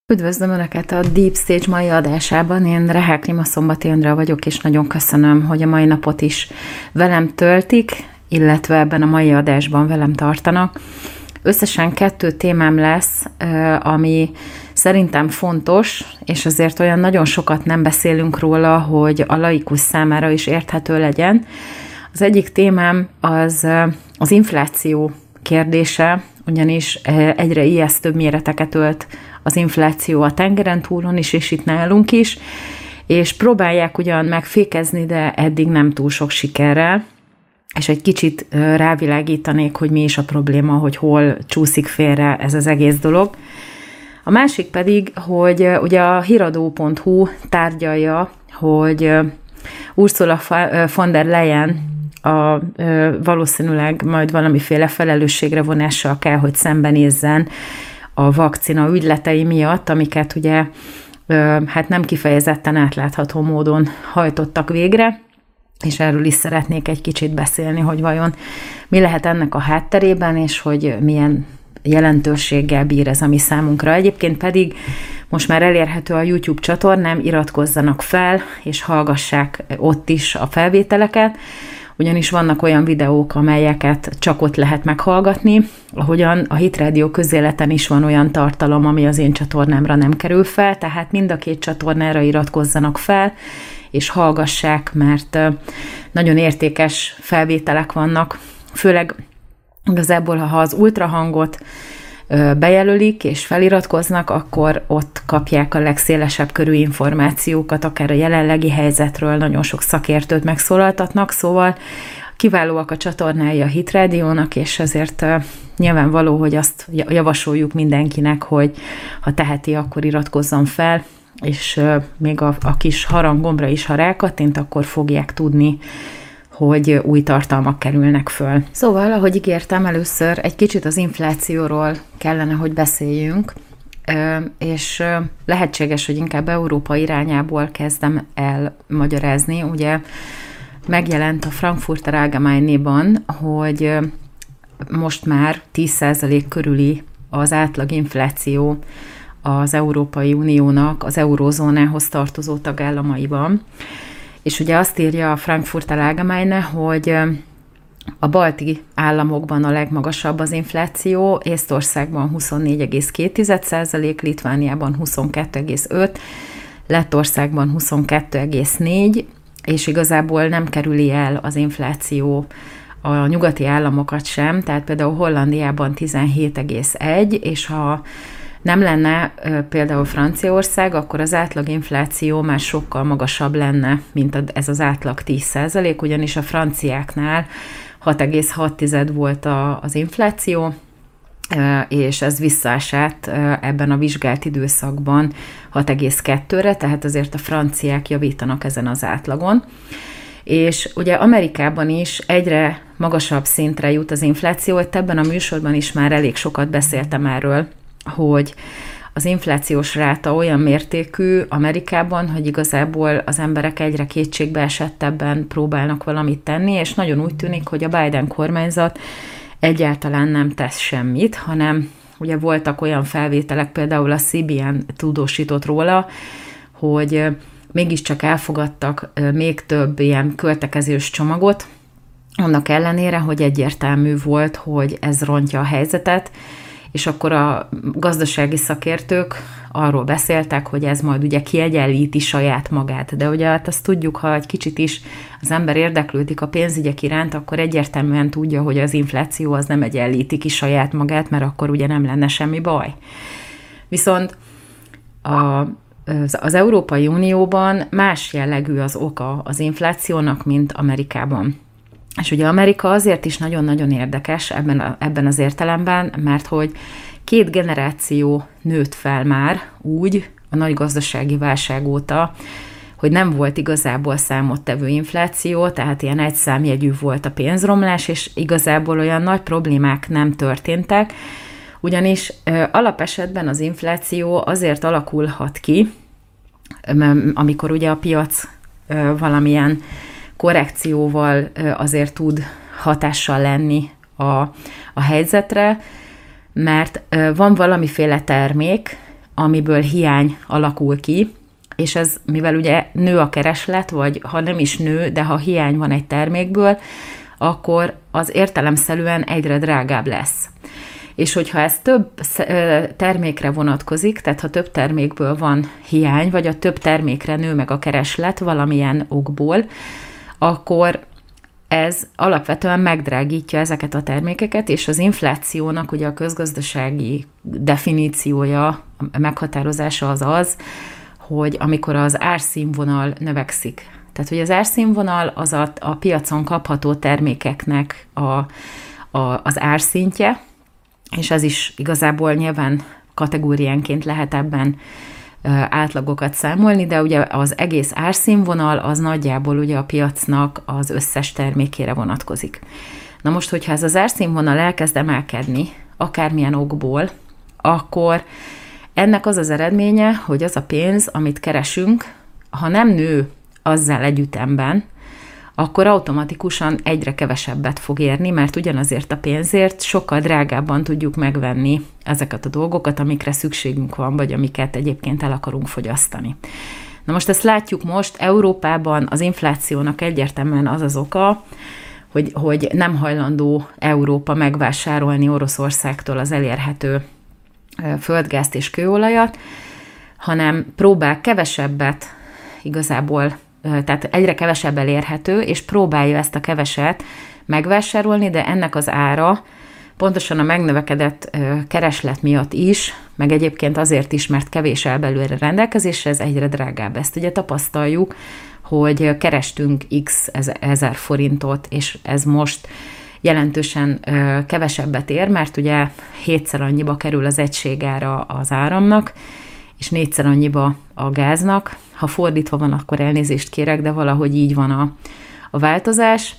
Üdvözlöm Önöket a Deep Stage mai adásában. Én Rehák Rima Szombati Andrea vagyok, és nagyon köszönöm, hogy a mai napot is velem töltik, illetve ebben a mai adásban velem tartanak. Összesen 2 témám lesz, ami szerintem fontos, és azért olyan nagyon sokat nem beszélünk róla, hogy a laikus számára is érthető legyen. Az egyik témám az infláció kérdése, ugyanis egyre ijesztőbb méreteket ölt az infláció a tengeren túlon is, és itt nálunk is, és próbálják ugyan megfékezni, de eddig nem túl sok sikerrel, és egy kicsit rávilágítanék, hogy mi is a probléma, hogy hol csúszik félre ez az egész dolog. A másik pedig, hogy ugye a híradó.hu tárgyalja, hogy Ursula von der Leyen valószínűleg majd valamiféle felelősségre vonással kell, hogy szembenézzen a vakcina ügyletei miatt, amiket ugye hát nem kifejezetten átlátható módon hajtottak végre, és erről is szeretnék egy kicsit beszélni, hogy vajon mi lehet ennek a hátterében, és hogy milyen jelentőséggel bír ez a mi számunkra. Egyébként pedig most már elérhető a YouTube csatornám, iratkozzanak fel, és hallgassák ott is a felvételeket, ugyanis vannak olyan videók, amelyeket csak ott lehet meghallgatni, ahogyan a Hit Radio közéleten is van olyan tartalom, ami az én csatornámra nem kerül fel, tehát mind a 2 csatornára iratkozzanak fel, és hallgassák, mert nagyon értékes felvételek vannak, főleg igazából, ha az ultrahangot bejelölik és feliratkoznak, akkor ott kapják a legszélesebb körű információkat, akár a jelenlegi helyzetről, nagyon sok szakértőt megszólaltatnak, szóval kiválóak a csatornái a Hit Rádiónak, és ezért nyilvánvaló, hogy azt javasoljuk mindenkinek, hogy ha teheti, akkor iratkozzon fel, és még a kis haranggombra is, ha rákattint, akkor fogják tudni, hogy új tartalmak kerülnek föl. Szóval, ahogy ígértem, először egy kicsit az inflációról kellene, hogy beszéljünk, és lehetséges, hogy inkább Európa irányából kezdem el magyarázni. Ugye megjelent a Frankfurter Allgemeinéban, hogy most már 10% körüli az átlag infláció az Európai Uniónak az eurózónához tartozó tagállamaiban. És ugye azt írja a Frankfurter Allgemeine, hogy a balti államokban a legmagasabb az infláció, Észtországban 24,2%, Litvániában 22,5%, Lettországban 22,4%, és igazából nem kerüli el az infláció a nyugati államokat sem, tehát például Hollandiában 17,1%, és ha nem lenne például Franciaország, akkor az átlaginfláció már sokkal magasabb lenne, mint ez az átlag 10%, ugyanis a franciáknál 6,6 volt az infláció, és ez visszaesett ebben a vizsgált időszakban 6,2-re, tehát azért a franciák javítanak ezen az átlagon. És ugye Amerikában is egyre magasabb szintre jut az infláció, hogy ebben a műsorban is már elég sokat beszéltem erről, hogy az inflációs ráta olyan mértékű Amerikában, hogy igazából az emberek egyre kétségbeesettebben próbálnak valamit tenni, és nagyon úgy tűnik, hogy a Biden kormányzat egyáltalán nem tesz semmit, hanem ugye voltak olyan felvételek, például a CBN tudósított róla, hogy mégiscsak elfogadtak még több ilyen költekezős csomagot, annak ellenére, hogy egyértelmű volt, hogy ez rontja a helyzetet, és akkor a gazdasági szakértők arról beszéltek, hogy ez majd ugye kiegyenlíti saját magát. De ugye hát azt tudjuk, ha egy kicsit is az ember érdeklődik a pénzügyek iránt, akkor egyértelműen tudja, hogy az infláció az nem egyenlíti ki saját magát, mert akkor ugye nem lenne semmi baj. Viszont az Európai Unióban más jellegű az oka az inflációnak, mint Amerikában. És ugye Amerika azért is nagyon-nagyon érdekes ebben az értelemben, mert hogy 2 generáció nőtt fel már úgy a nagy gazdasági válság óta, hogy nem volt igazából számottevő infláció, tehát ilyen egyszámjegyű volt a pénzromlás, és igazából olyan nagy problémák nem történtek, ugyanis alapesetben az infláció azért alakulhat ki, amikor ugye a piac valamilyen korrekcióval azért tud hatással lenni a helyzetre, mert van valamiféle termék, amiből hiány alakul ki, és ez, mivel ugye nő a kereslet, vagy ha nem is nő, de ha hiány van egy termékből, akkor az értelemszerűen egyre drágább lesz. És hogyha ez több termékre vonatkozik, tehát ha több termékből van hiány, vagy a több termékre nő meg a kereslet valamilyen okból, akkor ez alapvetően megdrágítja ezeket a termékeket, és az inflációnak ugye a közgazdasági definíciója, meghatározása az, hogy amikor az árszínvonal növekszik. Tehát, hogy az árszínvonal az a piacon kapható termékeknek az árszintje, és ez is igazából nyilván kategóriánként lehet ebben átlagokat számolni, de ugye az egész árszínvonal az nagyjából ugye a piacnak az összes termékére vonatkozik. Na most, hogyha ez az árszínvonal elkezd emelkedni, akármilyen okból, akkor ennek az az eredménye, hogy az a pénz, amit keresünk, ha nem nő azzal együttemben, akkor automatikusan egyre kevesebbet fog érni, mert ugyanazért a pénzért sokkal drágábban tudjuk megvenni ezeket a dolgokat, amikre szükségünk van, vagy amiket egyébként el akarunk fogyasztani. Na most ezt látjuk most, Európában az inflációnak egyértelműen az az oka, hogy nem hajlandó Európa megvásárolni Oroszországtól az elérhető földgázt és kőolajat, hanem próbál kevesebbet igazából, tehát egyre kevesebb elérhető, és próbálja ezt a keveset megvásárolni, de ennek az ára pontosan a megnövekedett kereslet miatt is, meg egyébként azért is, mert kevés áll belőle rendelkezésre, ez egyre drágább. Ezt ugye tapasztaljuk, hogy kerestünk x ezer forintot, és ez most jelentősen kevesebbet ér, mert ugye 7-szer annyiba kerül az egységára az áramnak, és 4-szer annyiba a gáznak. Ha fordítva van, akkor elnézést kérek, de valahogy így van a változás.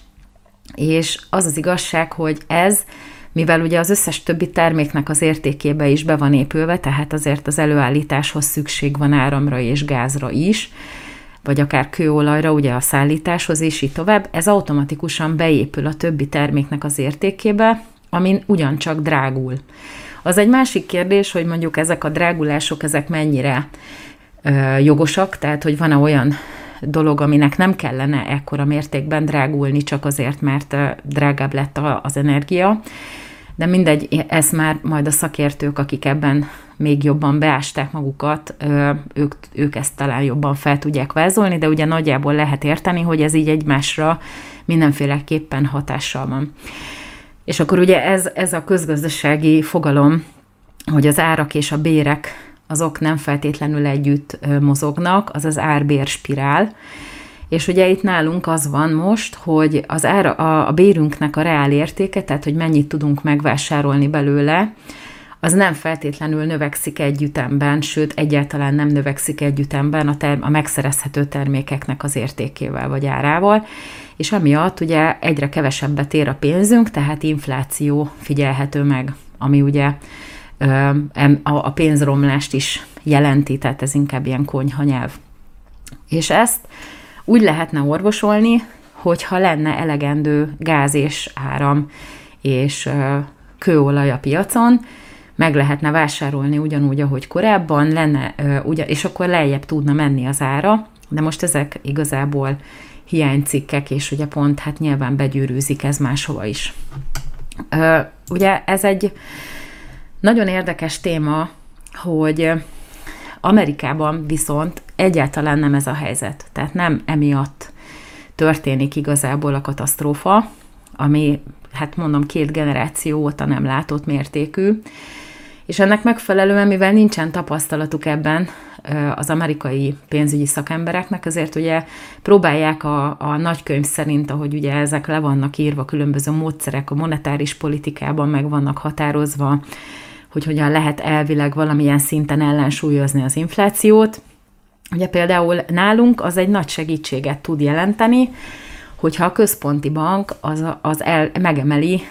És az az igazság, hogy ez, mivel ugye az összes többi terméknek az értékébe is be van épülve, tehát azért az előállításhoz szükség van áramra és gázra is, vagy akár kőolajra, ugye a szállításhoz, és így tovább, ez automatikusan beépül a többi terméknek az értékébe, amin ugyancsak drágul. Az egy másik kérdés, hogy mondjuk ezek a drágulások, ezek mennyire jogosak, tehát hogy van-e olyan dolog, aminek nem kellene ekkora mértékben drágulni, csak azért, mert drágább lett az energia. De mindegy, ez már majd a szakértők, akik ebben még jobban beásták magukat, ők ezt talán jobban fel tudják vázolni, de ugye nagyjából lehet érteni, hogy ez így egymásra mindenféleképpen hatással van. És akkor ugye ez a közgazdasági fogalom, hogy az árak és a bérek azok nem feltétlenül együtt mozognak, az az ár-bér spirál. És ugye itt nálunk az van most, hogy a bérünknek a reál értéke, tehát hogy mennyit tudunk megvásárolni belőle, az nem feltétlenül növekszik együttemben, sőt egyáltalán nem növekszik együttemben a megszerezhető termékeknek az értékével vagy árával, és amiatt ugye egyre kevesebbet ér a pénzünk, tehát infláció figyelhető meg, ami ugye a pénzromlást is jelenti, tehát ez inkább ilyen konyhanyelv. És ezt úgy lehetne orvosolni, hogyha lenne elegendő gáz és áram és kőolaj a piacon, meg lehetne vásárolni ugyanúgy, ahogy korábban lenne, és akkor lejjebb tudna menni az ára, de most ezek igazából hiánycikkek, és ugye pont hát nyilván begyűrűzik ez máshova is. Ugye ez egy nagyon érdekes téma, hogy Amerikában viszont egyáltalán nem ez a helyzet. Tehát nem emiatt történik igazából a katasztrófa, ami, hát mondom, 2 generáció óta nem látott mértékű, és ennek megfelelően, mivel nincsen tapasztalatuk ebben az amerikai pénzügyi szakembereknek, azért ugye próbálják a nagykönyv szerint, ahogy ugye ezek le vannak írva, különböző módszerek a monetáris politikában meg vannak határozva, hogy hogyan lehet elvileg valamilyen szinten ellensúlyozni az inflációt. Ugye például nálunk az egy nagy segítséget tud jelenteni, hogyha a központi bank megemeli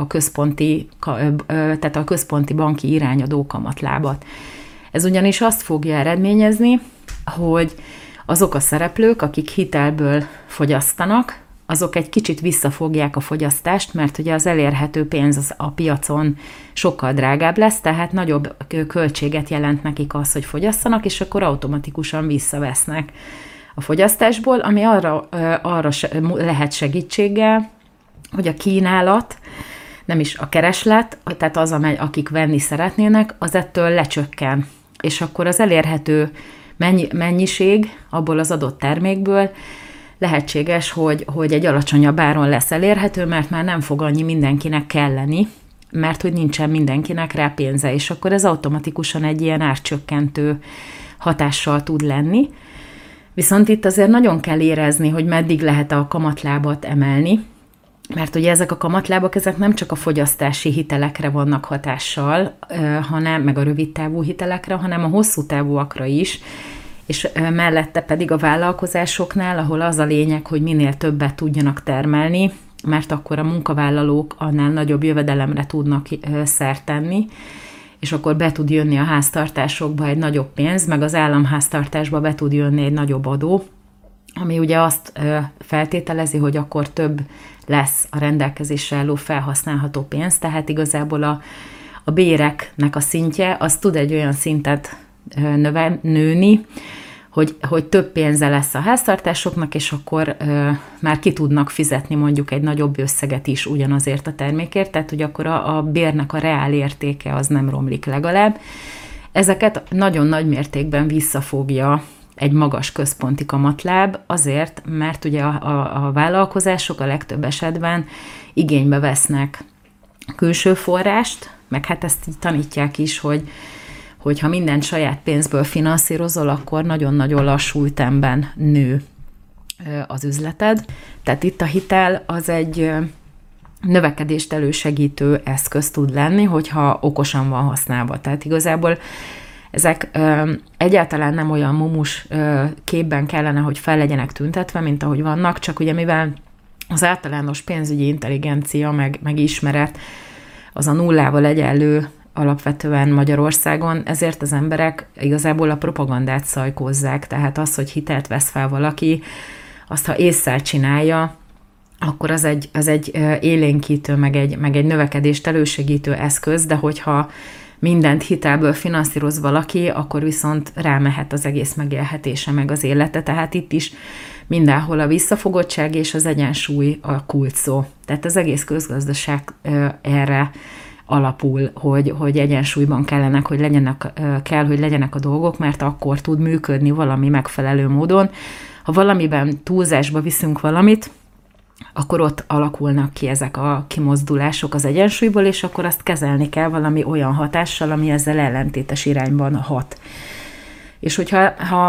tehát a központi banki irányadó kamatlábat. Ez ugyanis azt fogja eredményezni, hogy azok a szereplők, akik hitelből fogyasztanak, azok egy kicsit visszafogják a fogyasztást, mert ugye az elérhető pénz a piacon sokkal drágább lesz, tehát nagyobb költséget jelent nekik az, hogy fogyasszanak, és akkor automatikusan visszavesznek a fogyasztásból, ami arra lehet segítséggel, hogy a kínálat, nem is a kereslet, tehát az, akik venni szeretnének, az ettől lecsökken. És akkor az elérhető mennyiség abból az adott termékből lehetséges, hogy egy alacsonyabb áron lesz elérhető, mert már nem fog annyi mindenkinek kelleni, mert hogy nincsen mindenkinek rá pénze, és akkor ez automatikusan egy ilyen árcsökkentő hatással tud lenni. Viszont itt azért nagyon kell érezni, hogy meddig lehet a kamatlábat emelni, mert ugye ezek a kamatlábak, ezek nem csak a fogyasztási hitelekre vannak hatással, hanem meg a rövidtávú hitelekre, hanem a hosszú távúakra is, és mellette pedig a vállalkozásoknál, ahol az a lényeg, hogy minél többet tudjanak termelni, mert akkor a munkavállalók annál nagyobb jövedelemre tudnak szert tenni, és akkor be tud jönni a háztartásokba egy nagyobb pénz, meg az államháztartásba be tud jönni egy nagyobb adó, ami ugye azt feltételezi, hogy akkor több lesz a rendelkezésre álló felhasználható pénz, tehát igazából a béreknek a szintje, az tud egy olyan szintet nőni, hogy több pénze lesz a háztartásoknak, és akkor már ki tudnak fizetni mondjuk egy nagyobb összeget is ugyanazért a termékért, tehát hogy akkor a bérnek a reál értéke az nem romlik legalább. Ezeket nagyon nagy mértékben visszafogja egy magas központi kamatláb, azért, mert ugye a vállalkozások a legtöbb esetben igénybe vesznek külső forrást, meg hát ezt így tanítják is, hogy ha mindent saját pénzből finanszírozol, akkor nagyon-nagyon lassú ütemben nő az üzleted. Tehát itt a hitel az egy növekedést elősegítő eszköz tud lenni, hogyha okosan van használva. Tehát igazából ezek egyáltalán nem olyan mumus képben kellene, hogy fel legyenek tüntetve, mint ahogy vannak, csak ugye mivel az általános pénzügyi intelligencia meg ismeret az a nullával egyenlő alapvetően Magyarországon, ezért az emberek igazából a propagandát szajkózzák, tehát az, hogy hitelt vesz fel valaki, azt ha ésszel csinálja, akkor az egy élénkítő, meg egy növekedést elősegítő eszköz, de hogyha mindent hitelből finanszíroz valaki, akkor viszont rámehet az egész megélhetése, meg az élete. Tehát itt is mindenhol a visszafogottság és az egyensúly a kulcs szó. Tehát az egész közgazdaság erre alapul, hogy egyensúlyban hogy legyenek a dolgok, mert akkor tud működni valami megfelelő módon. Ha valamiben túlzásba viszünk valamit, akkor ott alakulnak ki ezek a kimozdulások az egyensúlyból, és akkor azt kezelni kell valami olyan hatással, ami ezzel ellentétes irányban hat. És hogyha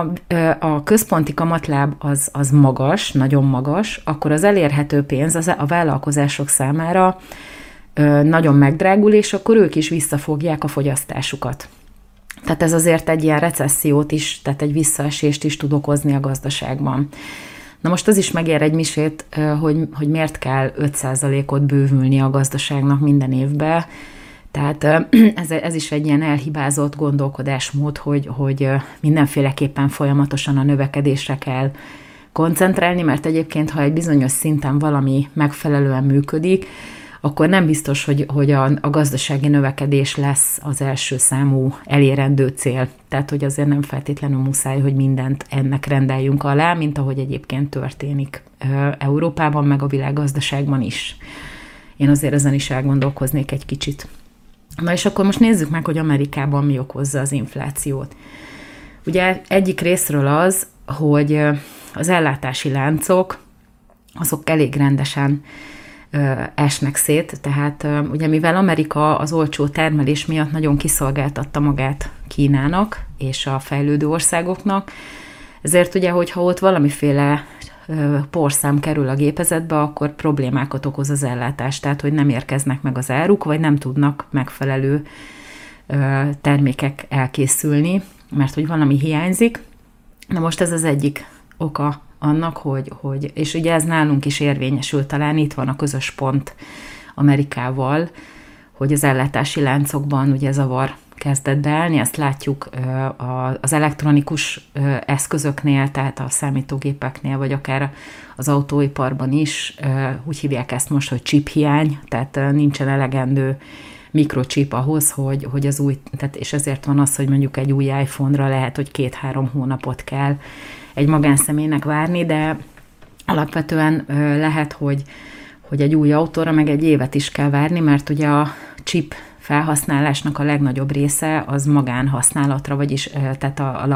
a központi kamatláb az magas, nagyon magas, akkor az elérhető pénz a vállalkozások számára nagyon megdrágul, és akkor ők is visszafogják a fogyasztásukat. Tehát ez azért egy ilyen recessziót is, tehát egy visszaesést is tud okozni a gazdaságban. Na most az is megér egy misét, hogy miért kell 5%-ot bővülni a gazdaságnak minden évben. Tehát ez is egy ilyen elhibázott gondolkodásmód, hogy mindenféleképpen folyamatosan a növekedésre kell koncentrálni, mert egyébként, ha egy bizonyos szinten valami megfelelően működik, akkor nem biztos, hogy a gazdasági növekedés lesz az első számú elérendő cél. Tehát, hogy azért nem feltétlenül muszáj, hogy mindent ennek rendeljünk alá, mint ahogy egyébként történik Európában, meg a világgazdaságban is. Én azért ezen is elgondolkoznék egy kicsit. Na és akkor most nézzük meg, hogy Amerikában mi okozza az inflációt. Ugye egyik részről az, hogy az ellátási láncok, azok elég rendesen esnek szét, tehát ugye mivel Amerika az olcsó termelés miatt nagyon kiszolgáltatta magát Kínának és a fejlődő országoknak, ezért ugye, hogyha ott valamiféle porszám kerül a gépezetbe, akkor problémákat okoz az ellátás, tehát hogy nem érkeznek meg az áruk, vagy nem tudnak megfelelő termékek elkészülni, mert hogy valami hiányzik. Na most ez az egyik oka annak, hogy és ugye ez nálunk is érvényesül, talán itt van a közös pont Amerikával, hogy az ellátási láncokban ugye zavar kezdett beállni, ezt látjuk az elektronikus eszközöknél, tehát a számítógépeknél, vagy akár az autóiparban is. Úgy hívják ezt most, hogy chiphiány, tehát nincsen elegendő mikrochip ahhoz, hogy az új, tehát és ezért van az, hogy mondjuk egy új iPhone-ra lehet, hogy 2-3 hónapot kell egy magánszemélynek várni, de alapvetően lehet, hogy egy új autóra meg egy évet is kell várni, mert ugye a chip felhasználásnak a legnagyobb része az magánhasználatra, vagyis tehát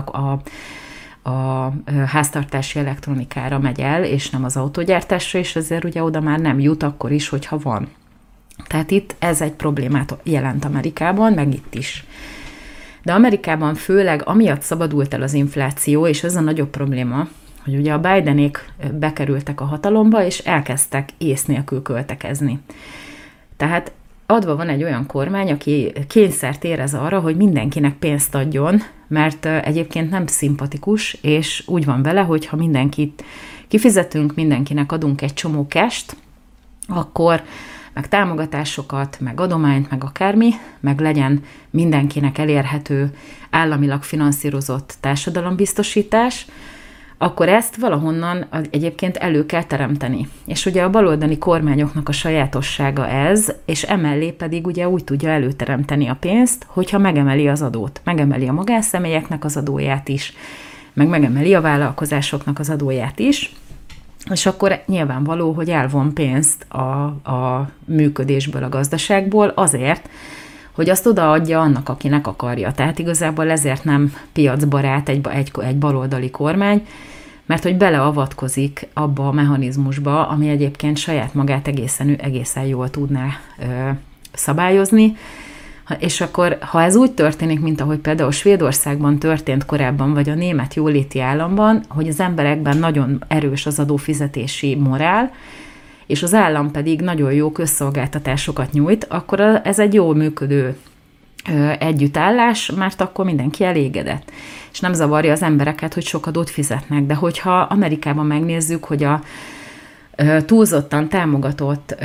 a háztartási elektronikára megy el, és nem az autógyártásra, és ezért ugye oda már nem jut akkor is, hogyha van. Tehát itt ez egy problémát jelent Amerikában, meg itt is. De Amerikában főleg amiatt szabadult el az infláció, és ez a nagyobb probléma, hogy ugye a Bidenék bekerültek a hatalomba, és elkezdtek ész nélkül költekezni. Tehát adva van egy olyan kormány, aki kényszert érez arra, hogy mindenkinek pénzt adjon, mert egyébként nem szimpatikus, és úgy van vele, hogy ha mindenkit kifizetünk, mindenkinek adunk egy csomó cash-t, akkor meg támogatásokat, meg adományt, meg akármi, meg legyen mindenkinek elérhető, államilag finanszírozott társadalombiztosítás, akkor ezt valahonnan egyébként elő kell teremteni. És ugye a baloldali kormányoknak a sajátossága ez, és emellé pedig ugye úgy tudja előteremteni a pénzt, hogyha megemeli az adót. Megemeli a magánszemélyeknek az adóját is, meg megemeli a vállalkozásoknak az adóját is, és akkor nyilvánvaló, hogy elvon pénzt a működésből, a gazdaságból azért, hogy azt odaadja annak, akinek akarja. Tehát igazából ezért nem piacbarát egy baloldali kormány, mert hogy beleavatkozik abba a mechanizmusba, ami egyébként saját magát egészen jól tudná szabályozni. És akkor, ha ez úgy történik, mint ahogy például Svédországban történt korábban, vagy a német jóléti államban, hogy az emberekben nagyon erős az adófizetési morál, és az állam pedig nagyon jó közszolgáltatásokat nyújt, akkor ez egy jól működő együttállás, mert akkor mindenki elégedett. És nem zavarja az embereket, hogy sok adót fizetnek. De hogyha Amerikában megnézzük, hogy a túlzottan támogatott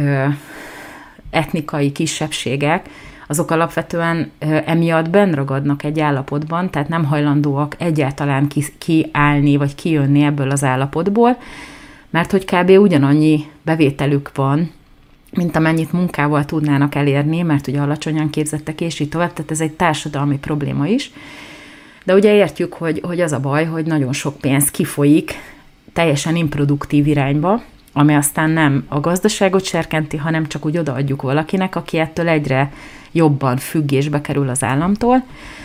etnikai kisebbségek, azok alapvetően emiatt benragadnak egy állapotban, tehát nem hajlandóak egyáltalán kiállni, vagy kijönni ebből az állapotból, mert hogy kb. Ugyanannyi bevételük van, mint amennyit munkával tudnának elérni, mert ugye alacsonyan képzettek, és így tovább, tehát ez egy társadalmi probléma is. De ugye értjük, hogy az a baj, hogy nagyon sok pénz kifolyik teljesen improduktív irányba, ami aztán nem a gazdaságot serkenti, hanem csak úgy odaadjuk valakinek, aki ettől egyre jobban függésbe kerül az államtól.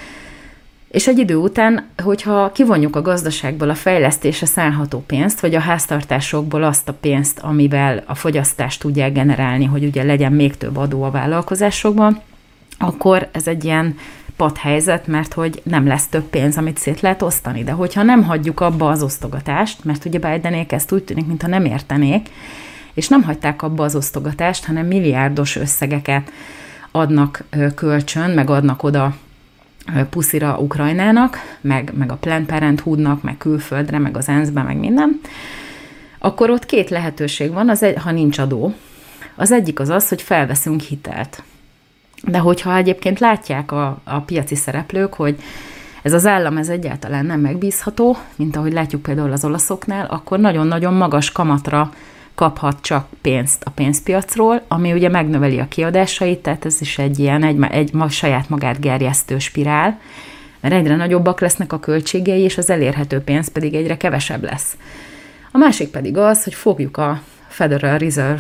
És egy idő után, hogyha kivonjuk a gazdaságból a fejlesztésre szánható pénzt, vagy a háztartásokból azt a pénzt, amivel a fogyasztást tudják generálni, hogy ugye legyen még több adó a vállalkozásokban, akkor ez egy ilyen padhelyzet, mert hogy nem lesz több pénz, amit szét lehet osztani. De hogyha nem hagyjuk abba az osztogatást, mert ugye Bidenék ezt úgy tűnik, mintha nem értenék, és nem hagyták abba az osztogatást, hanem milliárdos összegeket adnak kölcsön, meg adnak oda puszira Ukrajnának, meg a Planned Parenthoodnak, meg külföldre, meg az ENSZ-be, meg minden, akkor ott két lehetőség van, ha nincs adó. Az egyik az, hogy felveszünk hitelt. De hogyha egyébként látják a piaci szereplők, hogy ez az állam ez egyáltalán nem megbízható, mint ahogy látjuk például az olaszoknál, akkor nagyon-nagyon magas kamatra kaphat csak pénzt a pénzpiacról, ami ugye megnöveli a kiadásait, tehát ez is egy ilyen saját magát gerjesztő spirál, mert egyre nagyobbak lesznek a költségei, és az elérhető pénz pedig egyre kevesebb lesz. A másik pedig az, hogy fogjuk a Federal Reserve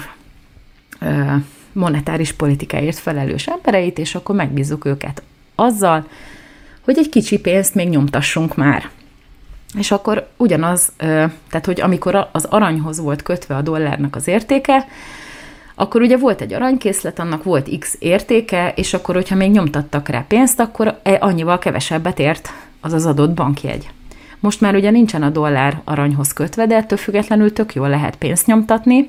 monetáris politikáért felelős embereit, és akkor megbízzuk őket azzal, hogy egy kicsi pénzt még nyomtassunk már. És akkor ugyanaz, tehát hogy amikor az aranyhoz volt kötve a dollárnak az értéke, akkor ugye volt egy aranykészlet, annak volt X értéke, és akkor, hogyha még nyomtattak rá pénzt, akkor annyival kevesebbet ért az adott bankjegy. Most már ugye nincsen a dollár aranyhoz kötve, de ettől függetlenül tök jól lehet pénzt nyomtatni,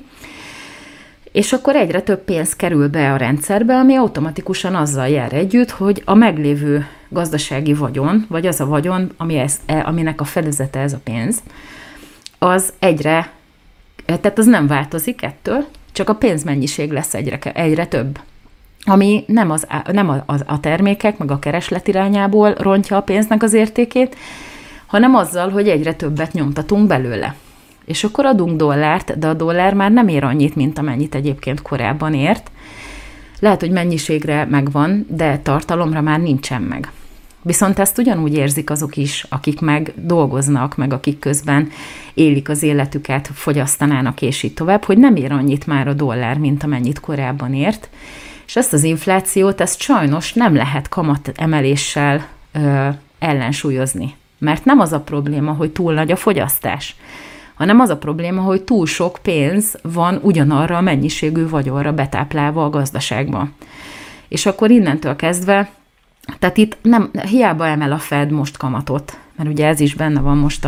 és akkor egyre több pénz kerül be a rendszerbe, ami automatikusan azzal jár együtt, hogy a meglévő gazdasági vagyon, vagy az a vagyon, aminek a fedezete ez a pénz, az tehát az nem változik ettől, csak a pénzmennyiség lesz egyre több. ami nem a termékek, meg a kereslet irányából rontja a pénznek az értékét, hanem azzal, hogy egyre többet nyomtatunk belőle. És akkor adunk dollárt, de a dollár már nem ér annyit, mint amennyit egyébként korábban ért. Lehet, hogy mennyiségre megvan, de tartalomra már nincsen meg. Viszont ezt ugyanúgy érzik azok is, akik meg dolgoznak, meg akik közben élik az életüket, fogyasztanának és így tovább, hogy nem ér annyit már a dollár, mint amennyit korábban ért. És ezt az inflációt, ezt sajnos nem lehet kamatemeléssel ellensúlyozni. Mert nem az a probléma, hogy túl nagy a fogyasztás, hanem az a probléma, hogy túl sok pénz van ugyanarra a mennyiségű vagyonra betáplálva a gazdaságban. És akkor innentől kezdve, tehát itt nem, hiába emel a Fed most kamatot, mert ugye ez is benne van most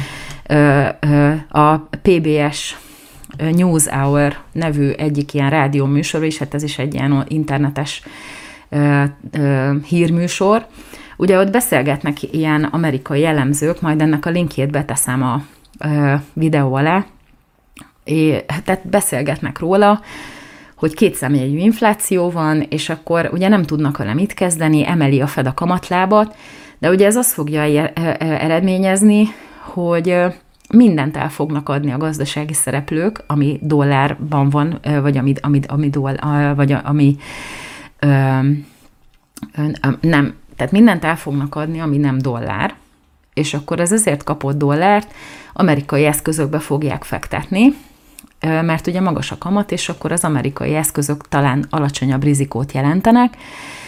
a PBS NewsHour nevű egyik ilyen rádióműsor, és hát ez is egy ilyen internetes hírműsor. Ugye ott beszélgetnek ilyen amerikai elemzők, majd ennek a linkjét beteszem a videó alá, tehát beszélgetnek róla, hogy kétszemélyű infláció van, és akkor ugye nem tudnak vele mit kezdeni, emeli a Fed a kamatlábat, de ugye ez azt fogja eredményezni, hogy mindent el fognak adni a gazdasági szereplők, ami dollárban van, vagy ami nem, tehát mindent el fognak adni, ami nem dollár, és akkor ez azért kapott dollárt amerikai eszközökbe fogják fektetni, mert ugye magas a kamat, és akkor az amerikai eszközök talán alacsonyabb rizikót jelentenek,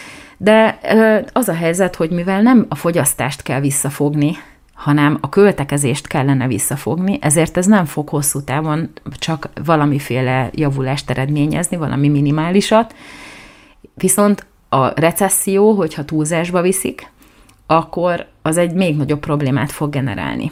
de az a helyzet, hogy mivel nem a fogyasztást kell visszafogni, hanem a költekezést kellene visszafogni, ezért ez nem fog hosszú távon csak valamiféle javulást eredményezni, valami minimálisat, viszont a recesszió, hogyha túlzásba viszik, akkor az egy még nagyobb problémát fog generálni.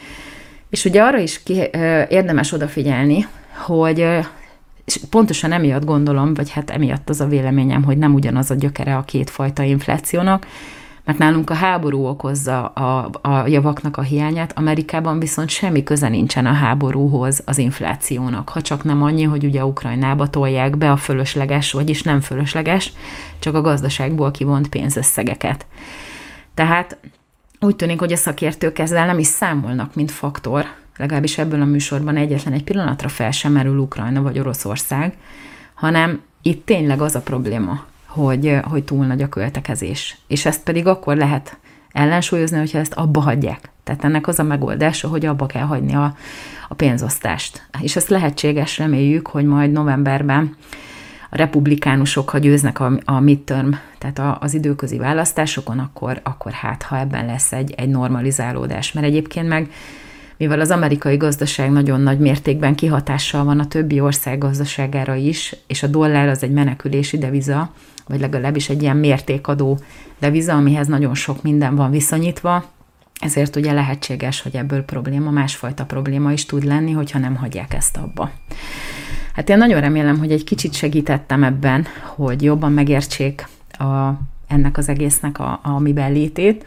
És ugye arra is érdemes odafigyelni, hogy pontosan emiatt gondolom, vagy hát emiatt az a véleményem, hogy nem ugyanaz a gyökere a kétfajta inflációnak, mert nálunk a háború okozza a javaknak a hiányát, Amerikában viszont semmi köze nincsen a háborúhoz az inflációnak, ha csak nem annyi, hogy ugye Ukrajnába tolják be a fölösleges, vagyis nem fölösleges, csak a gazdaságból kivont pénzösszegeket. Tehát úgy tűnik, hogy a szakértők ezzel nem is számolnak, mint faktor, legalábbis ebből a műsorban egyetlen egy pillanatra fel sem merül Ukrajna vagy Oroszország, hanem itt tényleg az a probléma, hogy túl nagy a költekezés. És ezt pedig akkor lehet ellensúlyozni, hogyha ezt abba hagyják. Tehát ennek az a megoldása, hogy abba kell hagyni a pénzosztást. És ezt lehetséges, reméljük, hogy majd novemberben a republikánusok, ha győznek a midterm, tehát az időközi választásokon, akkor hát, ha ebben lesz egy normalizálódás. Mert egyébként meg, mivel az amerikai gazdaság nagyon nagy mértékben kihatással van a többi ország gazdaságára is, és a dollár az egy menekülési deviza, vagy legalábbis egy ilyen mértékadó deviza, amihez nagyon sok minden van viszonyítva, ezért ugye lehetséges, hogy ebből másfajta probléma is tud lenni, hogyha nem hagyják ezt abba. Hát én nagyon remélem, hogy egy kicsit segítettem ebben, hogy jobban megértsék ennek az egésznek a miben létét,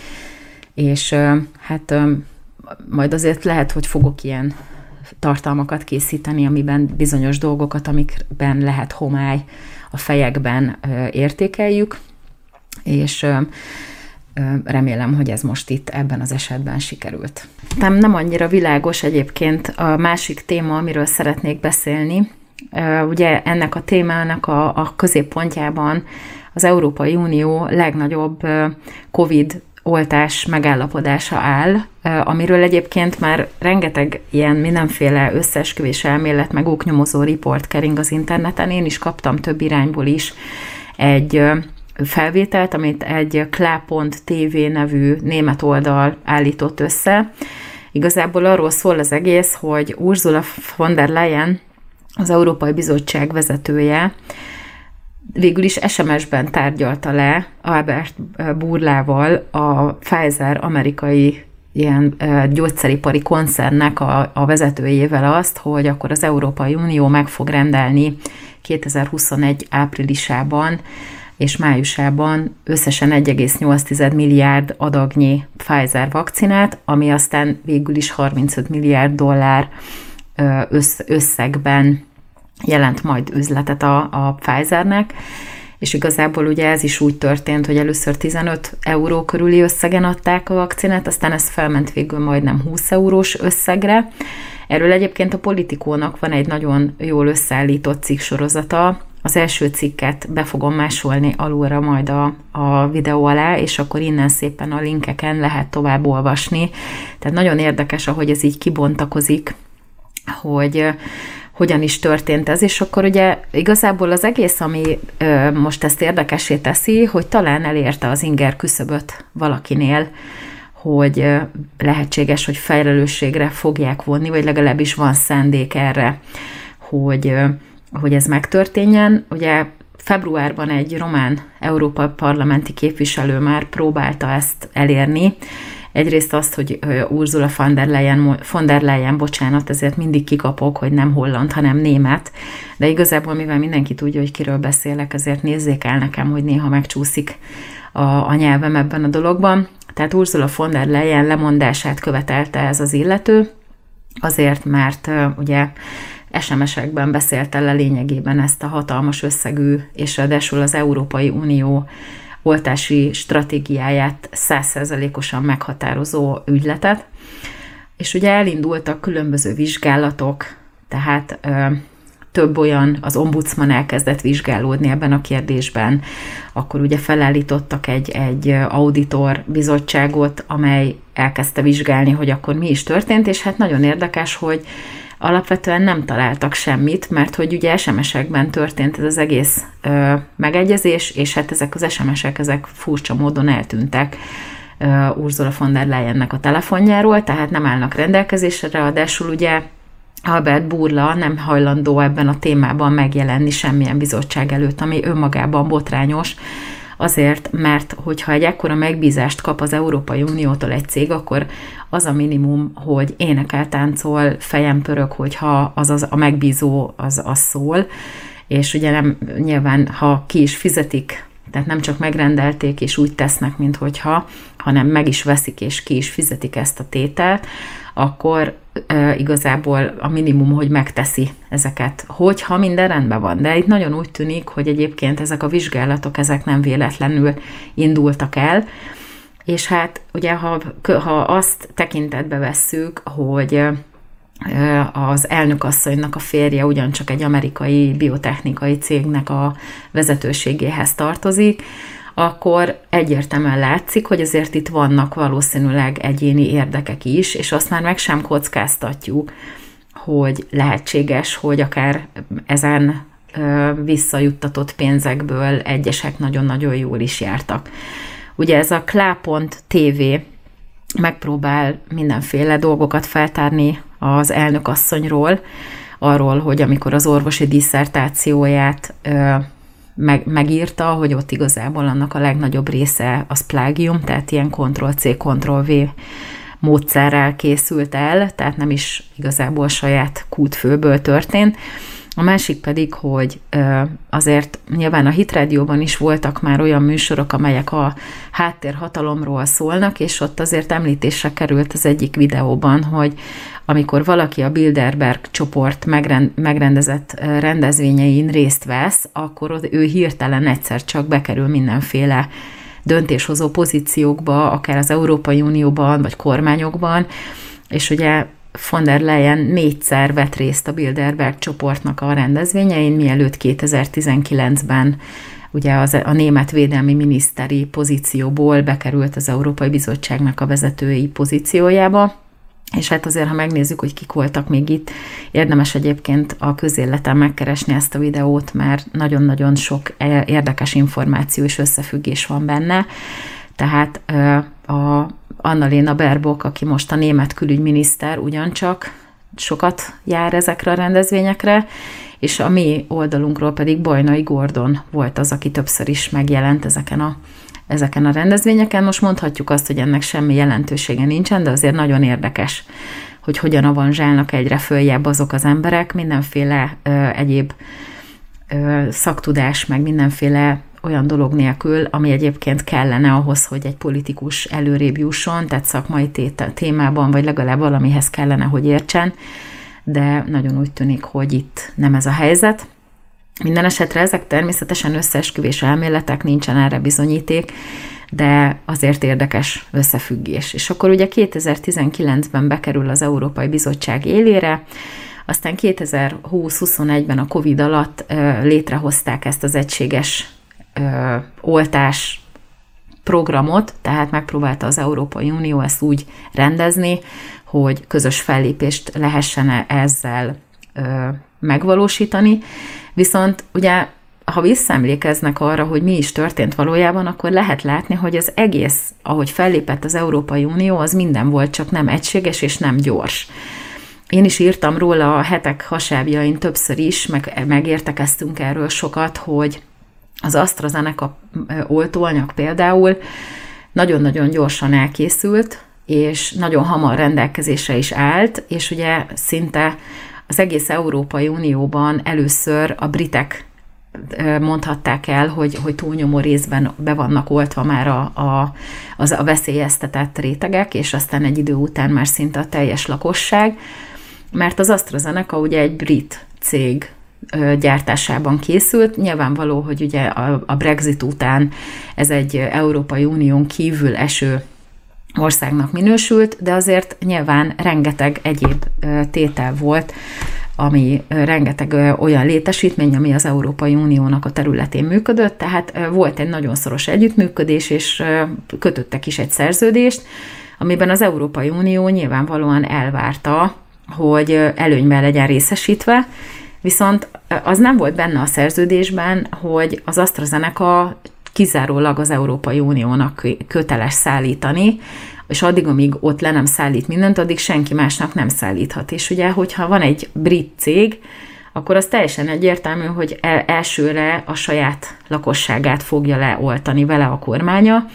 és hát majd azért lehet, hogy fogok ilyen tartalmakat készíteni, amiben bizonyos dolgokat, amikben lehet homály a fejekben értékeljük, és remélem, hogy ez most itt ebben az esetben sikerült. Nem annyira világos egyébként a másik téma, amiről szeretnék beszélni. Ugye ennek a témának a középpontjában az Európai Unió legnagyobb COVID oltás megállapodása áll, amiről egyébként már rengeteg ilyen mindenféle összeesküvés elmélet, meg oknyomozó riport kering az interneten. Én is kaptam több irányból is egy felvételt, amit egy Kla.tv nevű német oldal állított össze. Igazából arról szól az egész, hogy Ursula von der Leyen, az Európai Bizottság vezetője, végül is SMS-ben tárgyalta le Albert Bourlával, a Pfizer amerikai ilyen gyógyszeripari koncernnek a vezetőjével azt, hogy akkor az Európai Unió meg fog rendelni 2021 áprilisában és májusában összesen 1,8 milliárd adagnyi Pfizer vakcinát, ami aztán végül is 35 milliárd dollár összegben jelent majd üzletet a Pfizernek, és igazából ugye ez is úgy történt, hogy először 15 euró körüli összegen adták a vakcinát, aztán ez felment végül majdnem 20 eurós összegre. Erről egyébként a Politikónak van egy nagyon jól összeállított cikksorozata. Az első cikket be fogom másolni alulra majd a videó alá, és akkor innen szépen a linkeken lehet tovább olvasni. Tehát nagyon érdekes, ahogy ez így kibontakozik, hogy hogyan is történt ez, és akkor ugye igazából az egész, ami most ezt érdekessé teszi, hogy talán elérte az inger küszöböt valakinél, hogy lehetséges, hogy felelősségre fogják vonni, vagy legalábbis van szándék erre, hogy ez megtörténjen. Ugye februárban egy román európai parlamenti képviselő már próbálta ezt elérni. Egyrészt azt, hogy Ursula von der Leyen, bocsánat, ezért mindig kikapok, hogy nem holland, hanem német, de igazából mivel mindenki tudja, hogy kiről beszélek, ezért nézzék el nekem, hogy néha megcsúszik a nyelvem ebben a dologban. Tehát Ursula von der Leyen lemondását követelte ez az illető, azért, mert ugye SMS-ekben beszélte le lényegében ezt a hatalmas összegű, és ráadásul az Európai Unió oltási stratégiáját 100%-osan meghatározó ügyletet, és ugye elindultak különböző vizsgálatok, tehát több olyan, az ombudsman elkezdett vizsgálódni ebben a kérdésben, akkor ugye felállítottak egy auditor bizottságot, amely elkezdte vizsgálni, hogy akkor mi is történt, és hát nagyon érdekes, hogy alapvetően nem találtak semmit, mert hogy ugye SMS-ekben történt ez az egész megegyezés, és hát ezek az SMS-ek, ezek furcsa módon eltűntek Ursula von der Leyennek a telefonjáról, tehát nem állnak rendelkezésre, ráadásul ugye Albert Bourla nem hajlandó ebben a témában megjelenni semmilyen bizottság előtt, ami önmagában botrányos, azért, mert hogyha egy ekkora megbízást kap az Európai Uniótól egy cég, akkor az a minimum, hogy énekel, táncol, fejem pörög, hogyha az a megbízó az szól, és ugye nem, nyilván, ha ki is fizetik, tehát nem csak megrendelték, és úgy tesznek, minthogyha, hanem meg is veszik, és ki is fizetik ezt a tételt, akkor igazából a minimum, hogy megteszi ezeket, hogyha minden rendben van. De itt nagyon úgy tűnik, hogy egyébként ezek a vizsgálatok, ezek nem véletlenül indultak el, és hát ugye, ha azt tekintetbe vesszük, hogy az elnökasszonynak a férje ugyancsak egy amerikai biotechnikai cégnek a vezetőségéhez tartozik, akkor egyértelműen látszik, hogy azért itt vannak valószínűleg egyéni érdekek is, és azt már meg sem kockáztatjuk, hogy lehetséges, hogy akár ezen visszajuttatott pénzekből egyesek nagyon-nagyon jól is jártak. Ugye ez a Klá.tv megpróbál mindenféle dolgokat feltárni az elnökasszonyról, arról, hogy amikor az orvosi disszertációját megírta, hogy ott igazából annak a legnagyobb része az plágium, tehát ilyen Ctrl-C, Ctrl-V módszerrel készült el, tehát nem is igazából saját kútfőből történt. A másik pedig, hogy azért nyilván a Hit Rádióban is voltak már olyan műsorok, amelyek a háttérhatalomról szólnak, és ott azért említésre került az egyik videóban, hogy amikor valaki a Bilderberg csoport megrendezett rendezvényein részt vesz, akkor ő hirtelen egyszer csak bekerül mindenféle döntéshozó pozíciókba, akár az Európai Unióban, vagy kormányokban, és ugye von der Leyen 4-szer vett részt a Bilderberg csoportnak a rendezvényein, mielőtt 2019-ben ugye a német védelmi miniszteri pozícióból bekerült az Európai Bizottságnak a vezetői pozíciójába, és hát azért, ha megnézzük, hogy kik voltak még itt, érdemes egyébként a közéleten megkeresni ezt a videót, mert nagyon-nagyon sok érdekes információ és összefüggés van benne. Tehát Annalena Baerbock, aki most a német külügyminiszter, ugyancsak sokat jár ezekre a rendezvényekre, és a mi oldalunkról pedig Bajnai Gordon volt az, aki többször is megjelent ezeken a rendezvényeken. Most mondhatjuk azt, hogy ennek semmi jelentősége nincsen, de azért nagyon érdekes, hogy hogyan avanzsálnak egyre följebb azok az emberek, mindenféle egyéb szaktudás, meg mindenféle olyan dolog nélkül, ami egyébként kellene ahhoz, hogy egy politikus előrébb jusson, tehát szakmai témában, vagy legalább valamihez kellene, hogy értsen, de nagyon úgy tűnik, hogy itt nem ez a helyzet. Minden esetre ezek természetesen összeesküvés elméletek, nincsen erre bizonyíték, de azért érdekes összefüggés. És akkor ugye 2019-ben bekerül az Európai Bizottság élére, aztán 2020-21-ben a Covid alatt létrehozták ezt az egységes oltás programot, tehát megpróbálta az Európai Unió ezt úgy rendezni, hogy közös fellépést lehessen ezzel megvalósítani. Viszont ugye, ha visszaemlékeznek arra, hogy mi is történt valójában, akkor lehet látni, hogy az egész, ahogy fellépett az Európai Unió, az minden volt, csak nem egységes és nem gyors. Én is írtam róla a hetek hasábjain többször is, megértekeztünk erről sokat, hogy az AstraZeneca oltóanyag például nagyon-nagyon gyorsan elkészült, és nagyon hamar rendelkezésre is állt, és ugye szinte az egész Európai Unióban először a britek mondhatták el, hogy túlnyomó részben be vannak oltva már a veszélyeztetett rétegek, és aztán egy idő után már szinte a teljes lakosság, mert az AstraZeneca ugye egy brit cég gyártásában készült. Nyilvánvaló, hogy ugye a Brexit után ez egy Európai Unión kívül eső országnak minősült, de azért nyilván rengeteg egyéb tétel volt, ami rengeteg olyan létesítmény, ami az Európai Uniónak a területén működött, tehát volt egy nagyon szoros együttműködés, és kötöttek is egy szerződést, amiben az Európai Unió nyilvánvalóan elvárta, hogy előnyben legyen részesítve, viszont az nem volt benne a szerződésben, hogy az AstraZeneca kizárólag az Európai Uniónak köteles szállítani, és addig, amíg ott le nem szállít mindent, addig senki másnak nem szállíthat. És ugye, hogyha van egy brit cég, akkor az teljesen egyértelmű, hogy elsőre a saját lakosságát fogja leoltani vele a kormánya,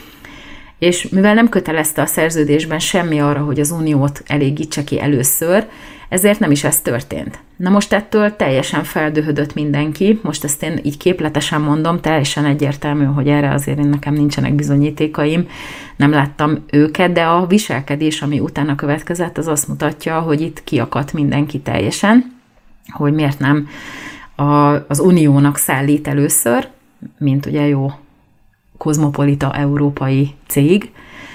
és mivel nem kötelezte a szerződésben semmi arra, hogy az uniót elégítse ki először, ezért nem is ez történt. Na most ettől teljesen feldühödött mindenki, most ezt én így képletesen mondom, teljesen egyértelmű, hogy erre azért nekem nincsenek bizonyítékaim, nem láttam őket, de a viselkedés, ami utána következett, az azt mutatja, hogy itt kiakadt mindenki teljesen, hogy miért nem az uniónak szállít először, mint ugye jó kozmopolita európai cég.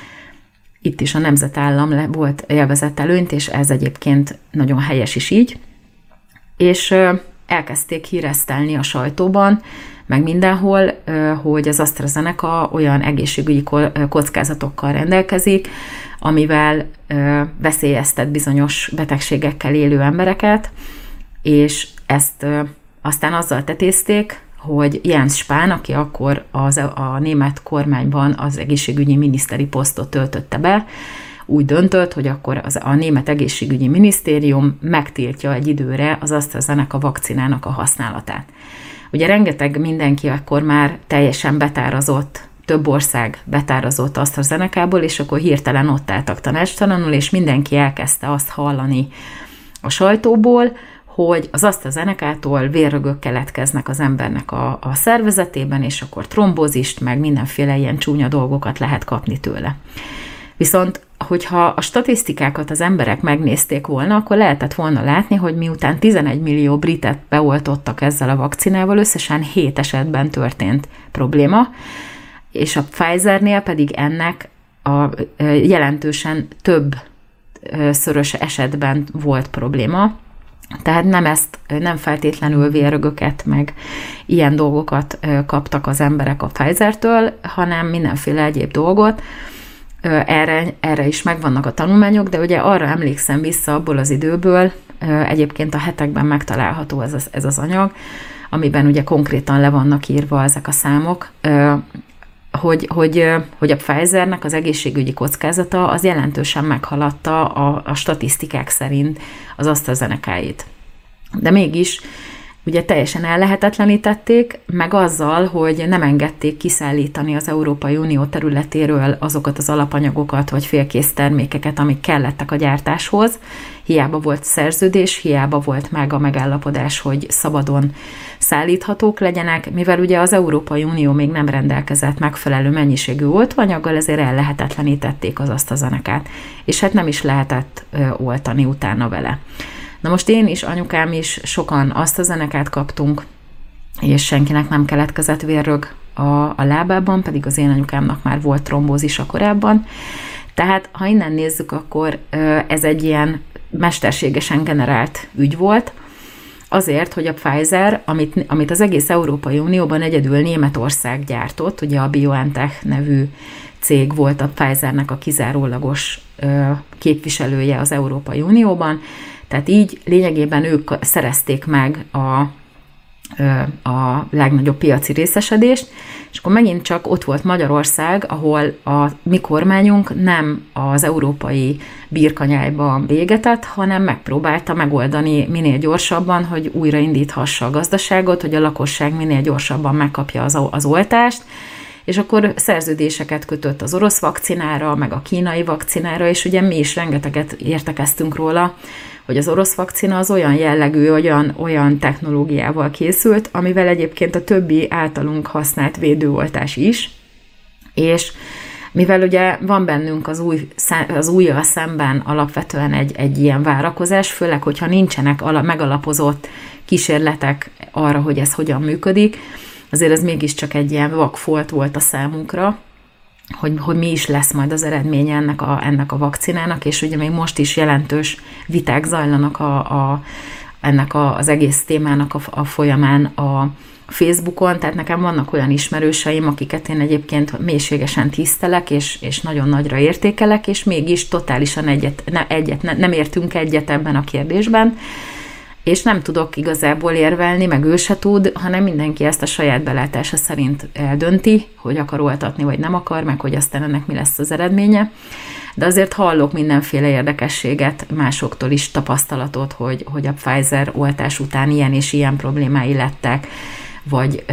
Itt is a nemzetállam volt élvezett előnyt, és ez egyébként nagyon helyes is így. És elkezdték híresztelni a sajtóban, meg mindenhol, hogy az AstraZeneca olyan egészségügyi kockázatokkal rendelkezik, amivel veszélyeztet bizonyos betegségekkel élő embereket, és ezt aztán azzal tetézték, hogy Jens Spahn, aki akkor a német kormányban az egészségügyi miniszteri posztot töltötte be, úgy döntött, hogy akkor a német egészségügyi minisztérium megtiltja egy időre az AstraZeneca vakcinának a használatát. Ugye rengeteg mindenki akkor már teljesen betárazott, több ország betárazott AstraZeneca-ból, és akkor hirtelen ott álltak tanácstalanul, és mindenki elkezdte azt hallani a sajtóból, hogy az AstraZeneca-tól vérrögök keletkeznek az embernek a szervezetében, és akkor trombózist, meg mindenféle ilyen csúnya dolgokat lehet kapni tőle. Viszont, hogyha a statisztikákat az emberek megnézték volna, akkor lehetett volna látni, hogy miután 11 millió britet beoltottak ezzel a vakcinával, összesen 7 esetben történt probléma, és a Pfizernél pedig ennek a jelentősen több szörös esetben volt probléma. Tehát nem feltétlenül vérrögöket, meg ilyen dolgokat kaptak az emberek a Pfizertől, hanem mindenféle egyéb dolgot. Erre is megvannak a tanulmányok, de ugye arra emlékszem vissza abból az időből, egyébként a hetekben megtalálható ez az anyag, amiben ugye konkrétan le vannak írva ezek a számok, hogy a Pfizernek az egészségügyi kockázata az jelentősen meghaladta a statisztikák szerint az AstraZeneca-ét. De mégis ugye teljesen ellehetetlenítették, meg azzal, hogy nem engedték kiszállítani az Európai Unió területéről azokat az alapanyagokat, vagy félkész termékeket, amik kellettek a gyártáshoz. Hiába volt szerződés, hiába volt meg a megállapodás, hogy szabadon szállíthatók legyenek, mivel ugye az Európai Unió még nem rendelkezett megfelelő mennyiségű oltóanyaggal, ezért ellehetetlenítették az AstraZenecát, és hát nem is lehetett oltani utána vele. Na most én is, anyukám is, sokan AstraZenecát kaptunk, és senkinek nem keletkezett vérrög a lábában, pedig az én anyukámnak már volt trombózisa korábban. Tehát, ha innen nézzük, akkor ez egy ilyen mesterségesen generált ügy volt, azért, hogy a Pfizer, amit az egész Európai Unióban egyedül Németország gyártott, ugye a BioNTech nevű cég volt a Pfizernek a kizárólagos képviselője az Európai Unióban, tehát így lényegében ők szerezték meg a legnagyobb piaci részesedést, és akkor megint csak ott volt Magyarország, ahol a mi kormányunk nem az európai birkanyájba végetett, hanem megpróbálta megoldani minél gyorsabban, hogy újraindíthassa a gazdaságot, hogy a lakosság minél gyorsabban megkapja az oltást, és akkor szerződéseket kötött az orosz vakcinára, meg a kínai vakcinára, és ugye mi is rengeteget értekeztünk róla, hogy az orosz vakcina az olyan jellegű, olyan technológiával készült, amivel egyébként a többi általunk használt védőoltás is, és mivel ugye van bennünk az újjal szemben alapvetően egy ilyen várakozás, főleg, hogyha nincsenek megalapozott kísérletek arra, hogy ez hogyan működik, azért ez mégiscsak egy ilyen vakfolt volt a számunkra, hogy mi is lesz majd az eredménye ennek a vakcinának, és ugye még most is jelentős viták zajlanak ennek az egész témának a folyamán a Facebookon, tehát nekem vannak olyan ismerőseim, akiket én egyébként mélységesen tisztelek, és nagyon nagyra értékelek, és mégis totálisan nem értünk egyet ebben a kérdésben, és nem tudok igazából érvelni, meg ő se tud, hanem mindenki ezt a saját belátása szerint eldönti, hogy akar oltatni, vagy nem akar, meg hogy aztán ennek mi lesz az eredménye. De azért hallok mindenféle érdekességet, másoktól is tapasztalatot, hogy a Pfizer oltás után ilyen és ilyen problémái lettek, vagy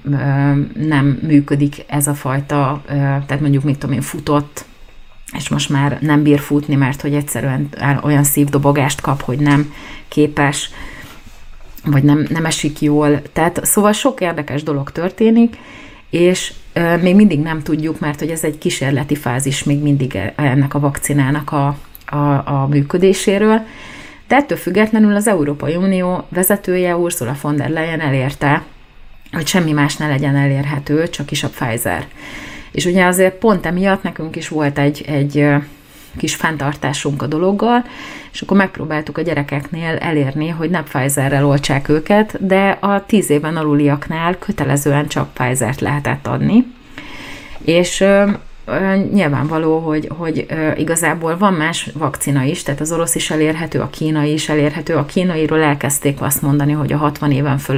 nem működik ez a fajta, tehát mondjuk mit tudom én, futott, és most már nem bír futni, mert hogy egyszerűen olyan szívdobogást kap, hogy nem képes, vagy nem esik jól. Tehát szóval sok érdekes dolog történik, és még mindig nem tudjuk, mert hogy ez egy kísérleti fázis még mindig ennek a vakcinának a működéséről. De ettől függetlenül az Európai Unió vezetője, Ursula von der Leyen elérte, hogy semmi más ne legyen elérhető, csak is a Pfizer. És ugye azért pont emiatt nekünk is volt egy kis fenntartásunk a dologgal, és akkor megpróbáltuk a gyerekeknél elérni, hogy nem Pfizerrel oltsák őket, de a 10 éven aluliaknál kötelezően csak Pfizert lehetett adni. És nyilvánvaló, hogy igazából van más vakcina is, tehát az orosz is elérhető, a kínai is elérhető. A kínairól elkezdték azt mondani, hogy a 60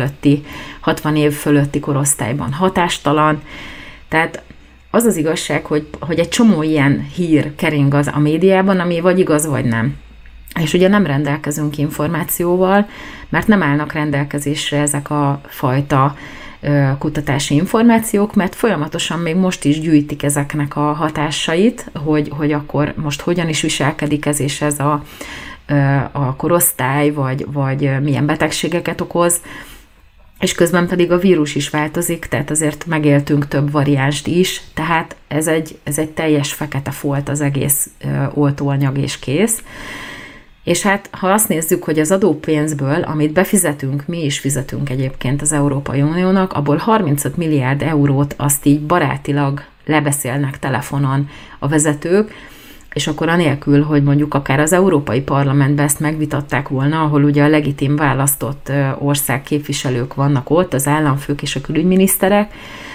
év fölötti korosztályban hatástalan. Tehát az az igazság, hogy egy csomó ilyen hír kering a médiában, ami vagy igaz, vagy nem. És ugye nem rendelkezünk információval, mert nem állnak rendelkezésre ezek a fajta kutatási információk, mert folyamatosan még most is gyűjtik ezeknek a hatásait, hogy akkor most hogyan is viselkedik ez, és ez a korosztály, vagy milyen betegségeket okoz, és közben pedig a vírus is változik, tehát azért megéltünk több variánst is, tehát ez egy teljes fekete folt az egész oltóanyag és kész. És hát, ha azt nézzük, hogy az adópénzből, amit befizetünk, mi is fizetünk egyébként az Európai Uniónak, abból 35 milliárd eurót azt így barátilag lebeszélnek telefonon a vezetők, és akkor anélkül, hogy mondjuk akár az Európai Parlamentben ezt megvitatták volna, ahol ugye a legitim választott ország képviselők vannak ott, az államfők és a külügyminiszterek,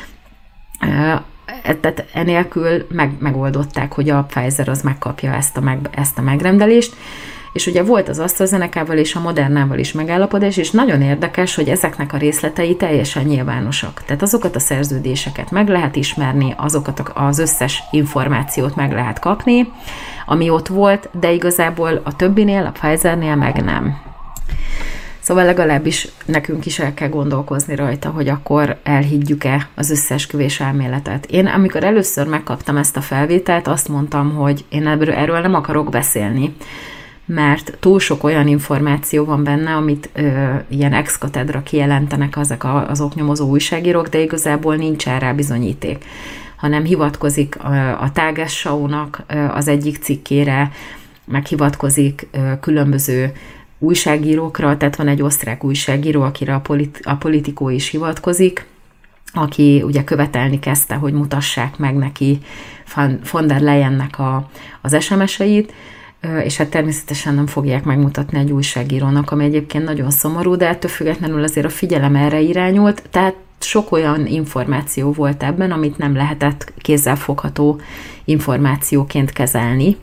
tehát enélkül megoldották, hogy a Pfizer az megkapja ezt a megrendelést, és ugye volt az AstraZenecával és a Modernával is megállapodás, és nagyon érdekes, hogy ezeknek a részletei teljesen nyilvánosak. Tehát azokat a szerződéseket meg lehet ismerni, azokat az összes információt meg lehet kapni, ami ott volt, de igazából a többinél, a Pfizernél meg nem. Szóval legalábbis nekünk is el kell gondolkozni rajta, hogy akkor elhiggyük-e az összeesküvés elméletet. Én amikor először megkaptam ezt a felvételt, azt mondtam, hogy én erről nem akarok beszélni, mert túl sok olyan információ van benne, amit ilyen ex-katedra kijelentenek ezek az oknyomozó újságírók, de igazából nincs rá bizonyíték, hanem hivatkozik a Tagesschau-nak az egyik cikkére, meg hivatkozik különböző újságírókra, tehát van egy osztrák újságíró, akire a Politico is hivatkozik, aki ugye követelni kezdte, hogy mutassák meg neki von der Leyennek az SMS-eit, és hát természetesen nem fogják megmutatni egy újságírónak, ami egyébként nagyon szomorú, de ettől függetlenül azért a figyelem erre irányult, tehát sok olyan információ volt ebben, amit nem lehetett kézzelfogható információként kezelni,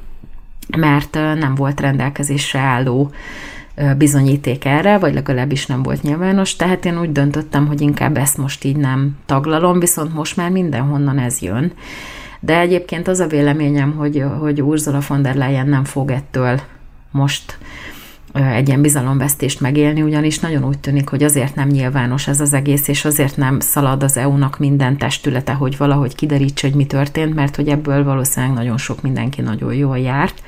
mert nem volt rendelkezésre álló bizonyíték erre, vagy legalábbis nem volt nyilvános, tehát én úgy döntöttem, hogy inkább ezt most így nem taglalom, viszont most már mindenhonnan ez jön. De egyébként az a véleményem, hogy Ursula von der Leyen nem fog ettől most egy ilyen bizalomvesztést megélni, ugyanis nagyon úgy tűnik, hogy azért nem nyilvános ez az egész, és azért nem szalad az EU-nak minden testülete, hogy valahogy kiderítse, hogy mi történt, mert hogy ebből valószínűleg nagyon sok mindenki nagyon jól járt.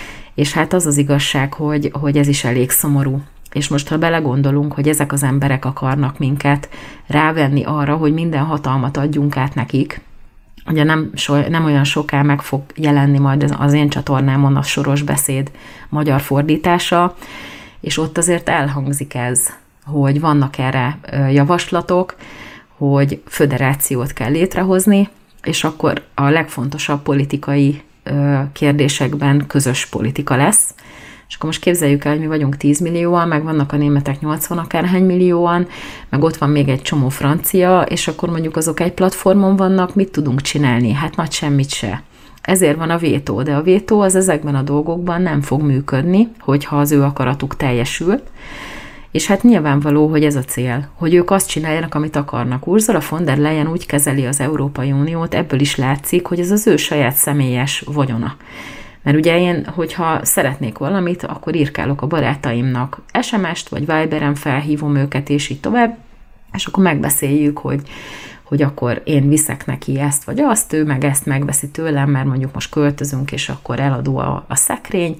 És hát az az igazság, hogy ez is elég szomorú. És most, ha belegondolunk, hogy ezek az emberek akarnak minket rávenni arra, hogy minden hatalmat adjunk át nekik, ugye nem olyan soká meg fog jelenni majd az én csatornámon a Soros Beszéd magyar fordítása, és ott azért elhangzik ez, hogy vannak erre javaslatok, hogy föderációt kell létrehozni, és akkor a legfontosabb politikai kérdésekben közös politika lesz. És akkor most képzeljük el, hogy mi vagyunk 10 millióan, meg vannak a németek 80 akárhány millióan, meg ott van még egy csomó francia, és akkor mondjuk azok egy platformon vannak, mit tudunk csinálni? Hát nagy semmit se. Ezért van a vétó, de a vétó az ezekben a dolgokban nem fog működni, hogyha az ő akaratuk teljesül. És hát nyilvánvaló, hogy ez a cél, hogy ők azt csináljanak, amit akarnak. Ursula von der Leyen úgy kezeli az Európai Uniót, ebből is látszik, hogy ez az ő saját személyes vagyona. Mert ugye én, hogyha szeretnék valamit, akkor írkálok a barátaimnak SMS-t, vagy Viberen felhívom őket, és így tovább, és akkor megbeszéljük, hogy akkor én viszek neki ezt vagy azt, ő meg ezt megveszi tőlem, mert mondjuk most költözünk, és akkor eladó a szekrény,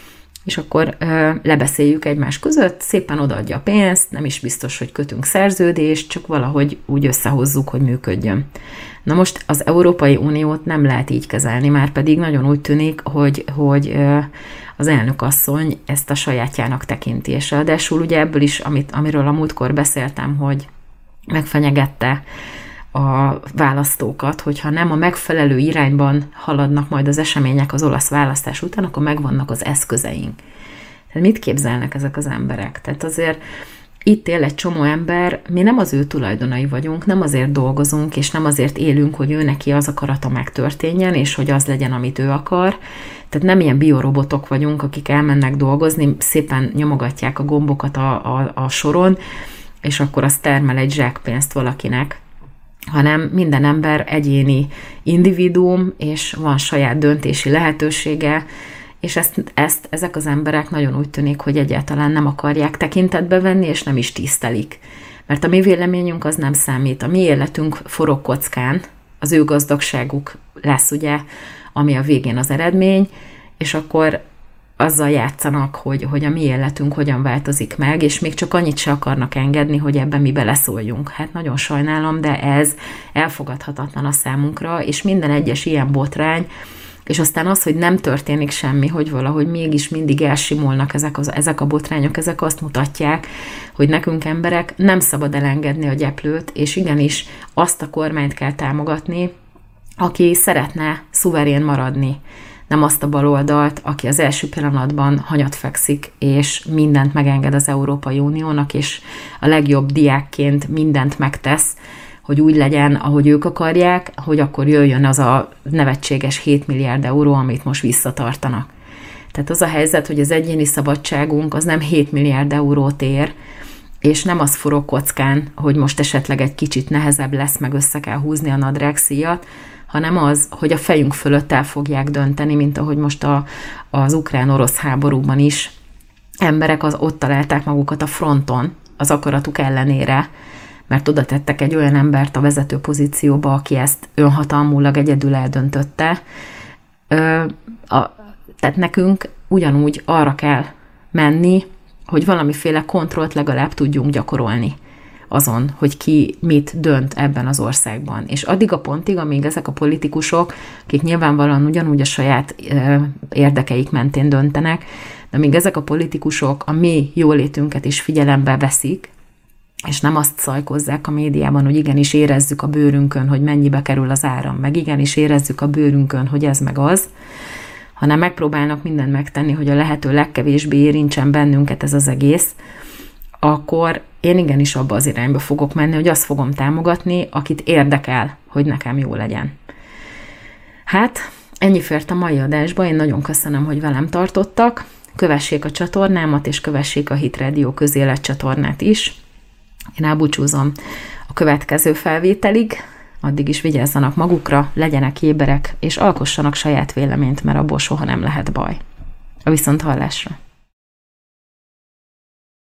és akkor lebeszéljük egymás között, szépen odaadja a pénzt, nem is biztos, hogy kötünk szerződést, csak valahogy úgy összehozzuk, hogy működjön. Na most az Európai Uniót nem lehet így kezelni, már pedig nagyon úgy tűnik, hogy az elnökasszony ezt a sajátjának tekinti, és ráadásul ugye ebből is, amiről a múltkor beszéltem, hogy megfenyegette a választókat, hogyha nem a megfelelő irányban haladnak majd az események az olasz választás után, akkor megvannak az eszközeink. Tehát mit képzelnek ezek az emberek? Tehát azért itt él egy csomó ember, mi nem az ő tulajdonai vagyunk, nem azért dolgozunk, és nem azért élünk, hogy ő neki az akarata megtörténjen, és hogy az legyen, amit ő akar. Tehát nem ilyen biorobotok vagyunk, akik elmennek dolgozni, szépen nyomogatják a gombokat a soron, és akkor az termel egy zsákpénzt valakinek, hanem minden ember egyéni individuum, és van saját döntési lehetősége, és ezek az emberek nagyon úgy tűnik, hogy egyáltalán nem akarják tekintetbe venni, és nem is tisztelik. Mert a mi véleményünk az nem számít. A mi életünk forog kockán, az ő gazdagságuk lesz ugye, ami a végén az eredmény, és akkor azzal játszanak, hogy a mi életünk hogyan változik meg, és még csak annyit se akarnak engedni, hogy ebben mi beleszóljunk. Hát nagyon sajnálom, de ez elfogadhatatlan a számunkra, és minden egyes ilyen botrány, és aztán az, hogy nem történik semmi, hogy valahogy mégis mindig elsimulnak ezek a botrányok, ezek azt mutatják, hogy nekünk emberek nem szabad elengedni a gyeplőt, és igenis azt a kormányt kell támogatni, aki szeretne szuverén maradni. Nem azt a baloldalt, aki az első pillanatban hanyat fekszik, és mindent megenged az Európai Uniónak, és a legjobb diákként mindent megtesz, hogy úgy legyen, ahogy ők akarják, hogy akkor jöjjön az a nevetséges 7 milliárd euró, amit most visszatartanak. Tehát az a helyzet, hogy az egyéni szabadságunk az nem 7 milliárd eurót ér, és nem az forog kockán, hogy most esetleg egy kicsit nehezebb lesz, meg össze kell húzni a nadrágszíjat, hanem az, hogy a fejünk fölött el fogják dönteni, mint ahogy most az ukrán-orosz háborúban is emberek ott találták magukat a fronton az akaratuk ellenére, mert oda tettek egy olyan embert a vezető pozícióba, aki ezt önhatalmulag egyedül eldöntötte. Tehát nekünk ugyanúgy arra kell menni, hogy valamiféle kontrollt legalább tudjunk gyakorolni. azon, hogy ki mit dönt ebben az országban. És addig a pontig, amíg ezek a politikusok, akik nyilvánvalóan ugyanúgy a saját érdekeik mentén döntenek, de amíg ezek a politikusok a mi jólétünket is figyelembe veszik, és nem azt szajkozzák a médiában, hogy igenis érezzük a bőrünkön, hogy mennyibe kerül az áram, meg igenis érezzük a bőrünkön, hogy ez meg az, hanem megpróbálnak mindent megtenni, hogy a lehető legkevésbé érintsen bennünket ez az egész, akkor én igenis abba az irányba fogok menni, hogy azt fogom támogatni, akit érdekel, hogy nekem jó legyen. Hát, ennyi fért a mai adásba, én nagyon köszönöm, hogy velem tartottak, kövessék a csatornámat, és kövessék a Hit Radio közélet csatornát is. Én elbúcsúzom a következő felvételig, addig is vigyázzanak magukra, legyenek éberek, és alkossanak saját véleményt, mert abból soha nem lehet baj. A viszonthallásra!